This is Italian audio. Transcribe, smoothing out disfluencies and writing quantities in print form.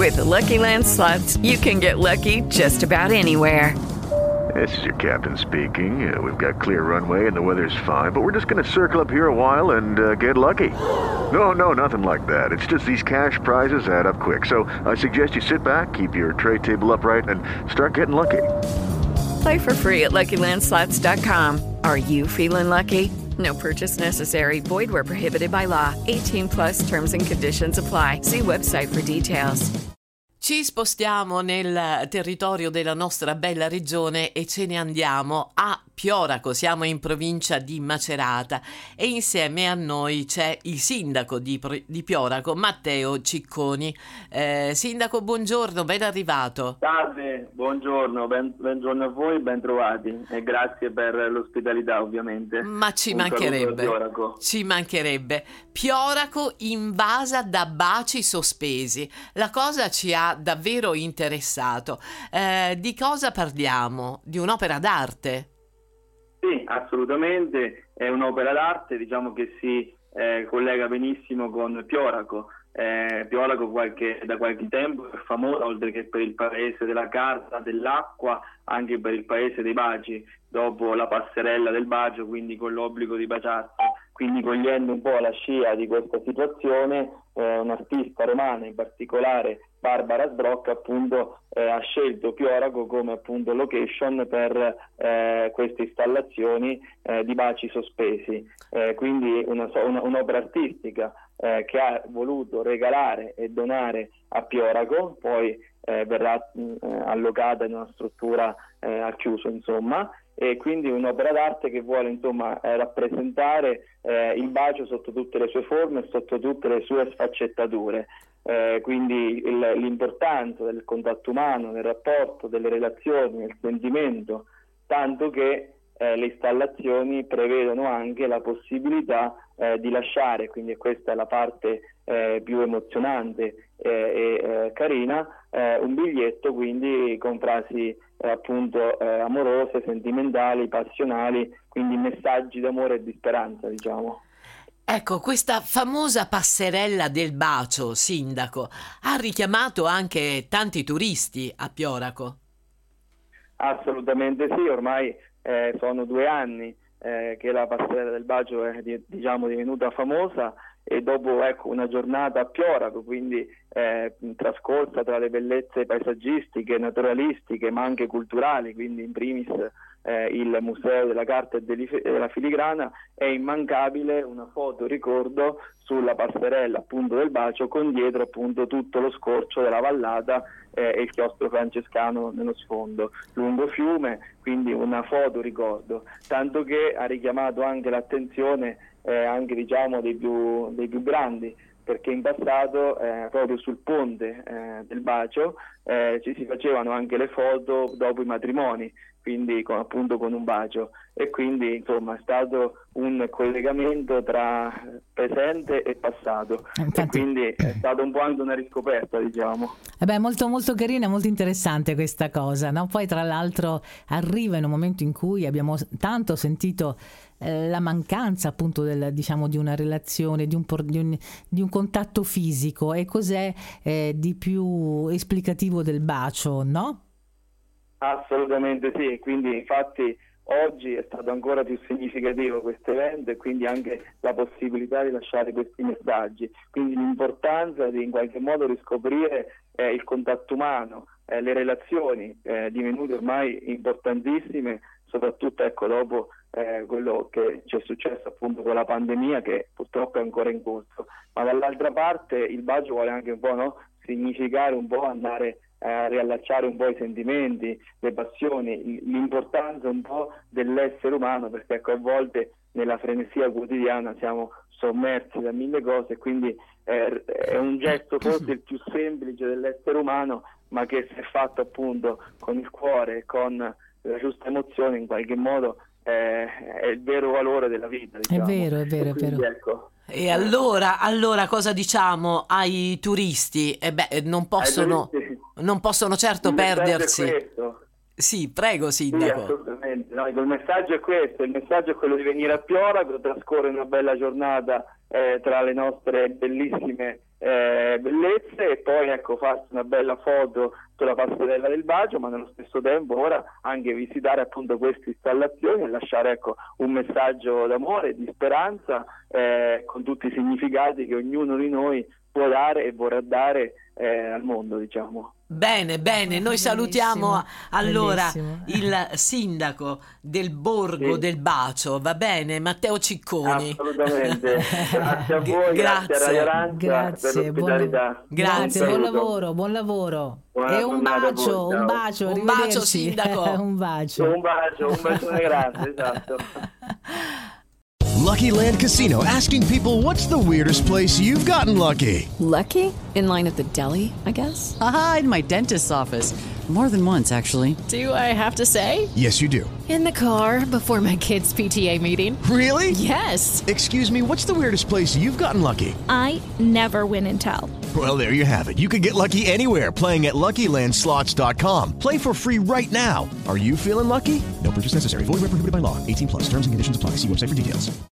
With the Lucky Land Slots, you can get lucky just about anywhere. This is your captain speaking. We've got clear runway and the weather's fine, but we're just going to circle up here a while and get lucky. No, nothing like that. It's just these cash prizes add up quick. So I suggest you sit back, keep your tray table upright, and start getting lucky. Play for free at LuckyLandSlots.com. Are you feeling lucky? No purchase necessary. Void where prohibited by law. 18 plus terms and conditions apply. See website for details. Ci spostiamo nel territorio della nostra bella regione e ce ne andiamo a Pioraco. Siamo in provincia di Macerata e insieme a noi c'è il sindaco di Pioraco, Matteo Cicconi. Sindaco, buongiorno, ben arrivato. Salve, buongiorno, buongiorno a voi, ben trovati e grazie per l'ospitalità ovviamente. Ma ci mancherebbe. Pioraco invasa da baci sospesi. La cosa ci ha davvero interessato. Di cosa parliamo? Di un'opera d'arte? Sì, assolutamente, è un'opera d'arte, diciamo che si collega benissimo con Pioraco. Pioraco da qualche tempo è famosa, oltre che per il paese della carta, dell'acqua, anche per il paese dei baci, dopo la passerella del bacio, quindi con l'obbligo di baciarsi. Quindi cogliendo un po' la scia di questa situazione, un'artista romana, in particolare Barbara Sbrocca, appunto ha scelto Pioraco come appunto location per queste installazioni di baci sospesi. Quindi un'opera artistica che ha voluto regalare e donare a Pioraco, poi verrà allocata in una struttura al chiuso, insomma, e quindi un'opera d'arte che vuole insomma rappresentare il bacio sotto tutte le sue forme e sotto tutte le sue sfaccettature. Quindi l'importanza del contatto umano, del rapporto, delle relazioni, del sentimento, tanto che le installazioni prevedono anche la possibilità di lasciare, quindi questa è la parte più emozionante e carina, un biglietto quindi con frasi appunto amorose, sentimentali, passionali, quindi messaggi d'amore e di speranza, diciamo. Ecco, questa famosa passerella del bacio, sindaco, ha richiamato anche tanti turisti a Pioraco. Assolutamente sì, ormai sono 2 anni che la passerella del bacio è divenuta famosa, e dopo una giornata a Pioraco, quindi trascorsa tra le bellezze paesaggistiche, naturalistiche, ma anche culturali, quindi in primis il Museo della Carta e della Filigrana, è immancabile una foto ricordo sulla passerella appunto del bacio, con dietro appunto tutto lo scorcio della vallata e il chiostro francescano nello sfondo, lungo fiume, quindi una foto ricordo, tanto che ha richiamato anche l'attenzione anche diciamo dei più grandi, perché in passato proprio sul ponte del bacio ci si facevano anche le foto dopo i matrimoni, quindi appunto con un bacio, e quindi insomma è stato un collegamento tra presente e passato. Infatti, e quindi è stato un po' anche una riscoperta, diciamo. Molto molto carina, molto interessante questa cosa, no? Poi tra l'altro arriva in un momento in cui abbiamo tanto sentito la mancanza appunto di una relazione, di un contatto fisico, e cos'è di più esplicativo del bacio, no? Assolutamente sì, quindi infatti oggi è stato ancora più significativo questo evento, e quindi anche la possibilità di lasciare questi messaggi, quindi l'importanza di in qualche modo riscoprire il contatto umano, le relazioni divenute ormai importantissime, soprattutto dopo quello che ci è successo appunto con la pandemia, che purtroppo è ancora in corso, ma dall'altra parte il bacio vuole anche un po' significare un po', andare a riallacciare un po' i sentimenti, le passioni, l'importanza un po' dell'essere umano, perché a volte nella frenesia quotidiana siamo sommersi da mille cose, e quindi è un gesto forse il più semplice dell'essere umano, ma che se fatto appunto con il cuore e con la giusta emozione in qualche modo è il vero valore della vita, diciamo. È vero. Quindi, ecco. E allora cosa diciamo ai turisti? Non possono certo perdersi. Sì, prego, sindaco. Sì, assolutamente. No, il messaggio è questo, il messaggio è quello di venire a Pioraco, trascorrere una bella giornata tra le nostre bellissime bellezze, e poi ecco, farsi una bella foto sulla passerella del bacio, ma nello stesso tempo ora anche visitare appunto queste installazioni e lasciare ecco un messaggio d'amore, di speranza, con tutti i significati che ognuno di noi può dare e vorrà dare al mondo, diciamo. Bene, noi salutiamo allora bellissimo. il sindaco del Borgo del Bacio, va bene? Matteo Cicconi. Assolutamente, grazie a voi, grazie a Radio Arancia per l'ospitalità. Grazie. Buon lavoro. Buona E un giornata a bacio, voi, ciao. un bacio, Un bacio, arrivederci. sindaco. Un bacio. Un bacione grande, esatto. Lucky Land Casino, asking people, what's the weirdest place you've gotten lucky? Lucky? In line at the deli, I guess? Aha, in my dentist's office. More than once, actually. Do I have to say? Yes, you do. In the car before my kids' PTA meeting. Really? Yes. Excuse me, what's the weirdest place you've gotten lucky? I never win and tell. Well, there you have it. You can get lucky anywhere, playing at LuckyLandSlots.com. Play for free right now. Are you feeling lucky? No purchase necessary. Void where prohibited by law. 18+. Terms and conditions apply. See website for details.